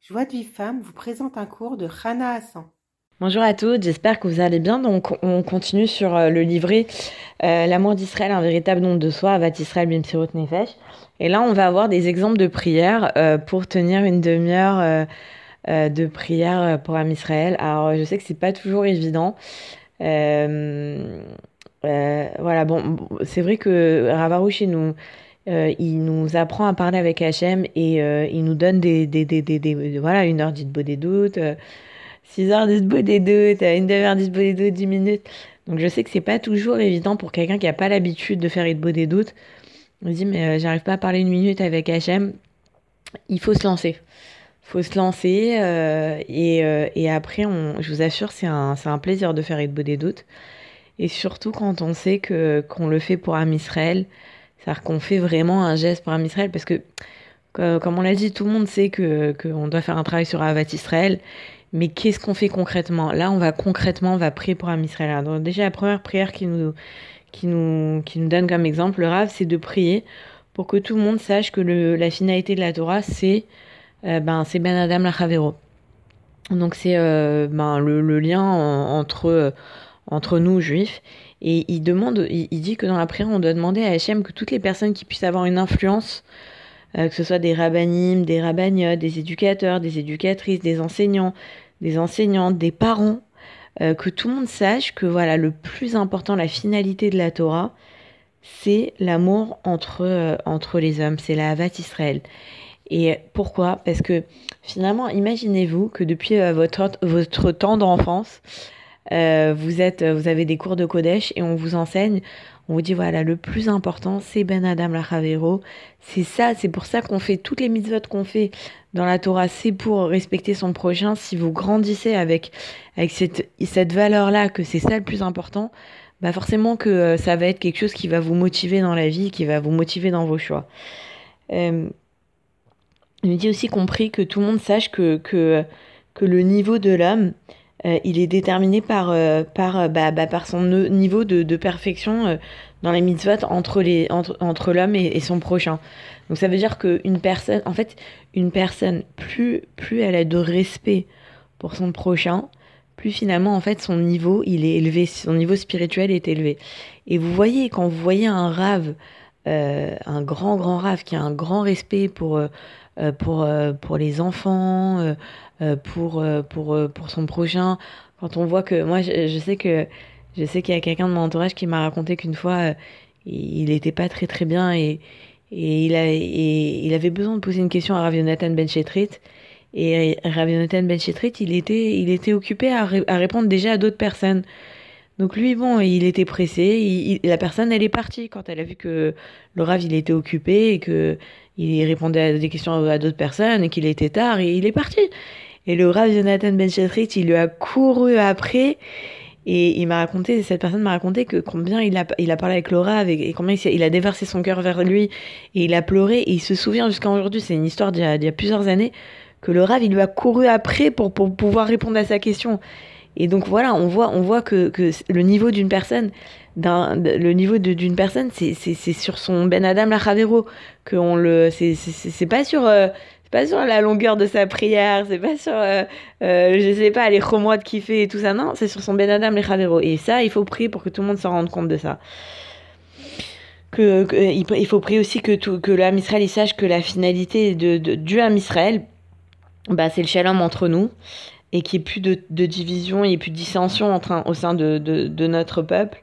Joie de Vive Femme vous présente un cours de Chana Hassan. Bonjour à toutes, j'espère que vous allez bien. Donc, on continue sur le livret L'amour d'Israël, un véritable don de soi, Avat Israël Bimtsirut Nefesh. Et là, on va avoir des exemples de prières pour tenir une demi-heure de prière pour Am Israël. Alors, je sais que c'est pas toujours évident. Euh, voilà, bon, c'est vrai que Rav Arush, il nous apprend à parler avec Hachem et il nous donne voilà, 1 heure d'Hitbodedut des doutes. 6 heures de beau des doutes, une demi-heure de beau des doutes, 10 minutes. Donc je sais que c'est pas toujours évident pour quelqu'un qui a pas l'habitude de faire beau des doutes. On se dit mais j'arrive pas à parler 1 minute avec Hachem. Il faut se lancer. Faut se lancer et après je vous assure c'est un plaisir de faire beau des doutes. Et surtout quand on sait que qu'on le fait pour Am Israël, c'est-à-dire qu'on fait vraiment un geste pour Am Israël parce que comme on l'a dit, tout le monde sait que qu'on doit faire un travail sur Avat Israël. Mais qu'est-ce qu'on fait concrètement? Là, on va prier pour Am Israël. Donc déjà, la première prière qui nous donne comme exemple le Rav, c'est de prier pour que tout le monde sache que la finalité de la Torah, c'est Ben Adam Lachavero. Donc c'est le lien entre nous, juifs. Et il dit que dans la prière, on doit demander à Hachem que toutes les personnes qui puissent avoir une influence, que ce soit des rabbinim, des rabbiniotes, des éducateurs, des éducatrices, des enseignants, des enseignantes, des parents, que tout le monde sache que voilà, le plus important, la finalité de la Torah, c'est l'amour entre les hommes, c'est la Havat Israël. Et pourquoi? Parce que finalement, imaginez-vous que depuis votre temps d'enfance, vous avez des cours de Kodesh et on vous enseigne, on vous dit voilà, le plus important c'est Ben Adam Lachavero. C'est ça, c'est pour ça qu'on fait toutes les mitzvot qu'on fait dans la Torah, c'est pour respecter son prochain. Si vous grandissez avec cette valeur-là, que c'est ça le plus important, bah forcément que ça va être quelque chose qui va vous motiver dans la vie, qui va vous motiver dans vos choix. Euh, il me dit aussi compris que tout le monde sache que le niveau de l'homme, il est déterminé par son niveau de perfection dans les mitzvot entre l'homme et son prochain. Donc ça veut dire qu'une personne, en fait, une personne, plus elle a de respect pour son prochain, plus finalement, en fait, son niveau, il est élevé, son niveau spirituel est élevé. Et vous voyez, quand vous voyez un rave, un grand rave qui a un grand respect pour les enfants, pour son prochain. Quand on voit que moi je sais qu'il y a quelqu'un de mon entourage qui m'a raconté qu'une fois il était pas très très bien et il avait besoin de poser une question à Rav Yonatan Ben Shetrit et Rav Yonatan Ben Shetrit il était occupé à répondre déjà à d'autres personnes. Donc lui, bon, il était pressé. La personne, elle est partie quand elle a vu que le Rav, il était occupé et que il répondait à des questions à d'autres personnes et qu'il était tard et il est parti. Et le Rav Jonathan Ben Chetrit, il lui a couru après et cette personne m'a raconté que combien il a parlé avec le Rav et combien il a déversé son cœur vers lui et il a pleuré et il se souvient jusqu'à aujourd'hui, c'est une histoire d'il y a plusieurs années, que le Rav, il lui a couru après pour pouvoir répondre à sa question. Et donc voilà, on voit que le niveau d'une personne, d'une personne, c'est sur son Ben Adam Lachavero que c'est pas sur la longueur de sa prière, c'est pas sur, je sais pas, les chomot qu'il fait et tout ça, non, c'est sur son Ben Adam Lachavero. Et ça, il faut prier pour que tout le monde se rende compte de ça. Il faut prier aussi que l'âme Israël il sache que la finalité du âme Israël, bah, c'est le shalom entre nous et qu'il n'y ait plus de division, il n'y ait plus de dissension au sein de notre peuple.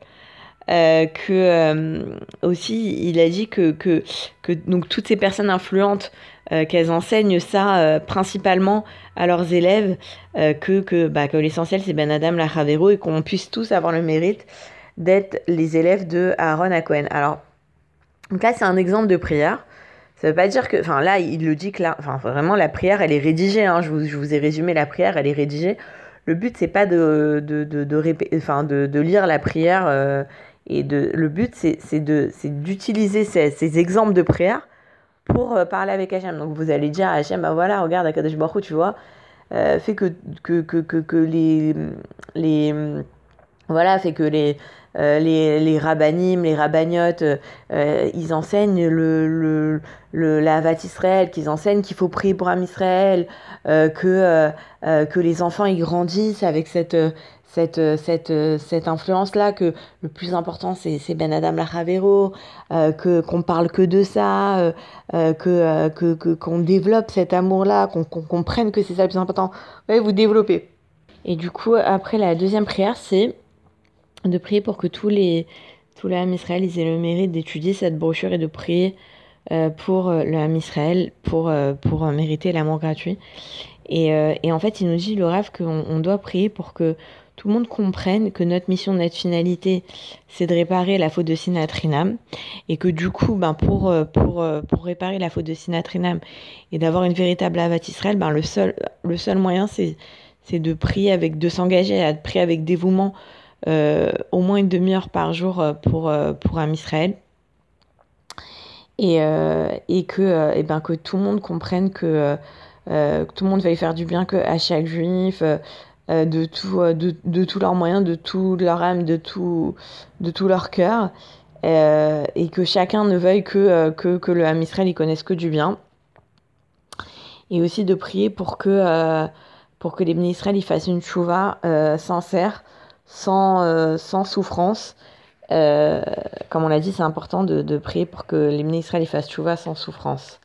Aussi, il a dit que donc, toutes ces personnes influentes, qu'elles enseignent ça principalement à leurs élèves, que l'essentiel c'est Ben Adam Lachavero et qu'on puisse tous avoir le mérite d'être les élèves de Aaron à Cohen. Alors, donc là, c'est un exemple de prière. Ça veut pas dire que, enfin là, il le dit que là, enfin vraiment la prière, elle est rédigée. Hein, je vous ai résumé la prière, elle est rédigée. Le but c'est pas de lire la prière le but c'est d'utiliser ces exemples de prière pour parler avec Hachem. Donc vous allez dire à Hachem, bah voilà, regarde Akadosh Baruch Hu, tu vois, fait que les Voilà, fait que les rabbinim, les rabbanotes, ils enseignent la Havat Israël, qu'ils enseignent qu'il faut prier pour Am Israël, que les enfants ils grandissent avec cette influence-là, que le plus important c'est Ben Adam Lachavero, qu'on parle que de ça, qu'on développe cet amour-là, qu'on comprenne que c'est ça le plus important. Ouais, vous développez. Et du coup, après la deuxième prière, c'est de prier pour que tous les Ham Israël ils aient le mérite d'étudier cette brochure et de prier pour le Ham Israël pour mériter l'amour gratuit. Et en fait, il nous dit, le Rav, qu'on doit prier pour que tout le monde comprenne que notre mission, notre finalité, c'est de réparer la faute de Sinat Rinam. Et que du coup, pour réparer la faute de Sinat Rinam et d'avoir une véritable Avat Israël, le seul moyen, c'est de prier de s'engager à prier avec dévouement au moins une demi-heure par jour pour Am Israël. Que tout le monde comprenne que tout le monde veuille faire du bien à chaque juif, de tous leurs moyens, de toute leur âme, de tout leur cœur, et que chacun ne veuille que le Ham Israël il connaisse que du bien. Et aussi de prier pour que les Bnei Israël ils fassent une tchouva sincère, sans souffrance. Comme on l'a dit, c'est important de prier pour que les Bnei Israël ils fassent tchouva sans souffrance.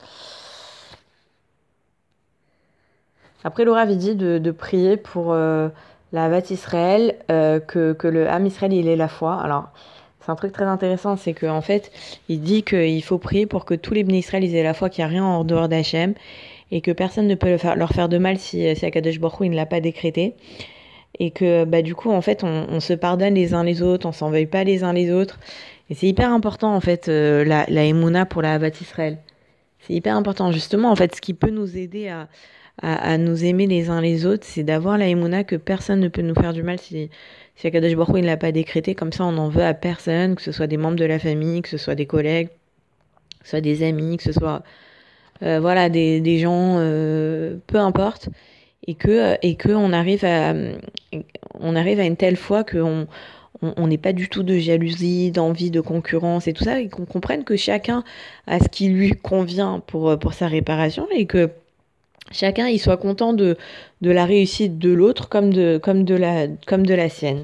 Après, Laura avait dit de prier pour la Havat Israël, que le Ham Israël il ait la foi. Alors, c'est un truc très intéressant, c'est qu'en fait, il dit qu'il faut prier pour que tous les Bnei Israël ils aient la foi, qu'il n'y a rien en dehors d'Hachem, et que personne ne peut leur faire de mal si Akadosh Baruch Hu il ne l'a pas décrété. Et que du coup, en fait, on se pardonne les uns les autres, on s'en veuille pas les uns les autres. Et c'est hyper important, en fait, la Emouna pour la Havat Israël. C'est hyper important. Justement, en fait, ce qui peut nous aider à nous aimer les uns les autres, c'est d'avoir la Emouna que personne ne peut nous faire du mal si Akadosh Baruch Hu il ne l'a pas décrété. Comme ça, on n'en veut à personne, que ce soit des membres de la famille, que ce soit des collègues, que ce soit des amis, que ce soit des gens, peu importe. Et que on arrive à une telle foi qu'on n'est pas du tout de jalousie, d'envie, de concurrence et tout ça, et qu'on comprenne que chacun a ce qui lui convient pour sa réparation, et que chacun il soit content de la réussite de l'autre comme de la sienne.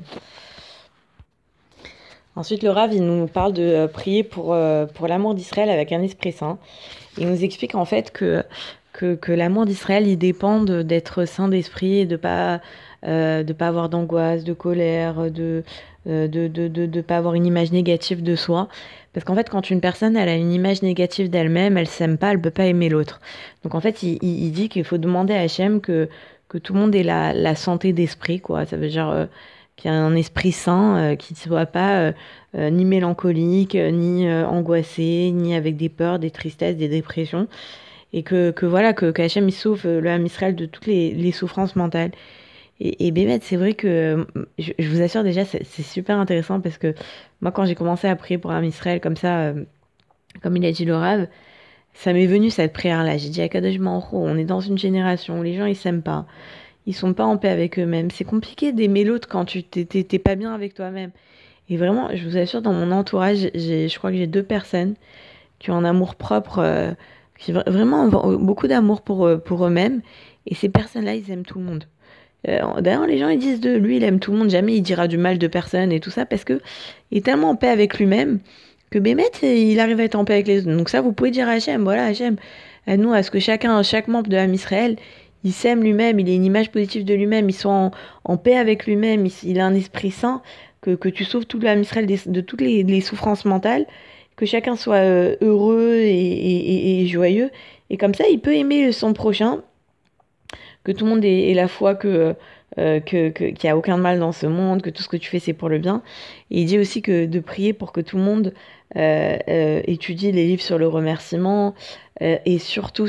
Ensuite, le Rav, il nous parle de prier pour l'amour d'Israël avec un esprit saint. Il nous explique en fait que l'amour d'Israël, il dépend d'être saint d'esprit et de pas avoir d'angoisse, de colère, de pas avoir une image négative de soi. Parce qu'en fait, quand une personne elle a une image négative d'elle-même, elle s'aime pas, elle peut pas aimer l'autre. Donc en fait, il dit qu'il faut demander à Hachem que tout le monde ait la santé d'esprit, quoi. Ça veut dire qu'il y a un esprit sain, qui ne soit pas ni mélancolique, ni angoissé, ni avec des peurs, des tristesses, des dépressions. Et que Hachem il sauve le Ham Israël de toutes les souffrances mentales. Et Bémet, c'est vrai que je vous assure déjà, c'est super intéressant, parce que moi, quand j'ai commencé à prier pour Ham Israël comme ça, comme il a dit le Rav, ça m'est venu cette prière-là. J'ai dit à Kadosh Baruch Hu, on est dans une génération où les gens ils s'aiment pas, ils sont pas en paix avec eux-mêmes. C'est compliqué d'aimer l'autre quand tu t'es pas bien avec toi-même. Et vraiment, je vous assure, dans mon entourage, je crois que j'ai 2 personnes qui ont un amour propre, qui vraiment beaucoup d'amour pour eux-mêmes. Et ces personnes-là, ils aiment tout le monde. D'ailleurs, les gens ils disent de lui, il aime tout le monde, jamais il dira du mal de personne et tout ça, parce que il est tellement en paix avec lui-même que Bémet, il arrive à être en paix avec les autres. Donc ça, vous pouvez dire à Hachem, voilà Hachem, à ce que chaque membre de Ham Israël, il s'aime lui-même, il a une image positive de lui-même, il soit en paix avec lui-même, il a un esprit sain, que tu sauves tout le Ham Israël de toutes les souffrances mentales, que chacun soit heureux et joyeux, et comme ça, il peut aimer son prochain, que tout le monde ait la foi qu'il n'y a aucun mal dans ce monde, que tout ce que tu fais c'est pour le bien. Et il dit aussi que de prier pour que tout le monde étudie les livres sur le remerciement, et surtout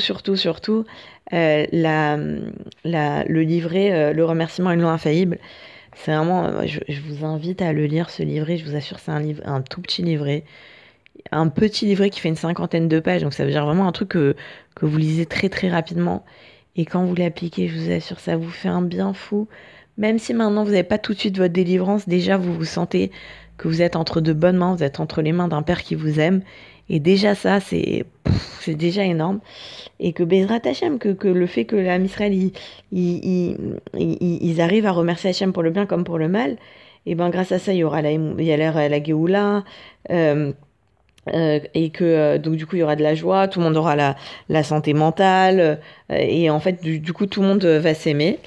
le livret le remerciement une loi infaillible. C'est vraiment, je vous invite à le lire, ce livret. Je vous assure, c'est un tout petit livret, un petit livret qui fait une 50aine de pages, donc ça veut dire vraiment un truc que vous lisez très très rapidement. Et quand vous l'appliquez, je vous assure, ça vous fait un bien fou, Même si maintenant vous n'avez pas tout de suite votre délivrance, déjà vous vous sentez que vous êtes entre de bonnes mains, vous êtes entre les mains d'un Père qui vous aime. Et déjà ça, c'est déjà énorme. Et que Bezrat Hachem, que le fait que l'âme Israël, ils arrivent à remercier Hachem pour le bien comme pour le mal, et ben grâce à ça, il y aura la Géoula, et que donc du coup il y aura de la joie, tout le monde aura la santé mentale, et en fait du coup tout le monde va s'aimer.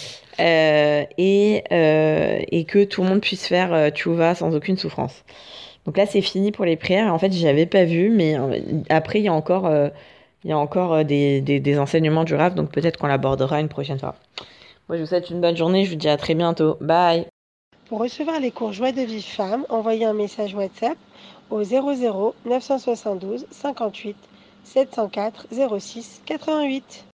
Et que tout le monde puisse faire tchouva sans aucune souffrance. Donc là, c'est fini pour les prières. En fait, j'avais pas vu, mais après, il y a encore des enseignements du Rav, donc peut-être qu'on l'abordera une prochaine fois. Moi, je vous souhaite une bonne journée. Je vous dis à très bientôt. Bye. Pour recevoir les cours Joie de Vivre Femme, envoyez un message WhatsApp au 00 972 58 704 06 88.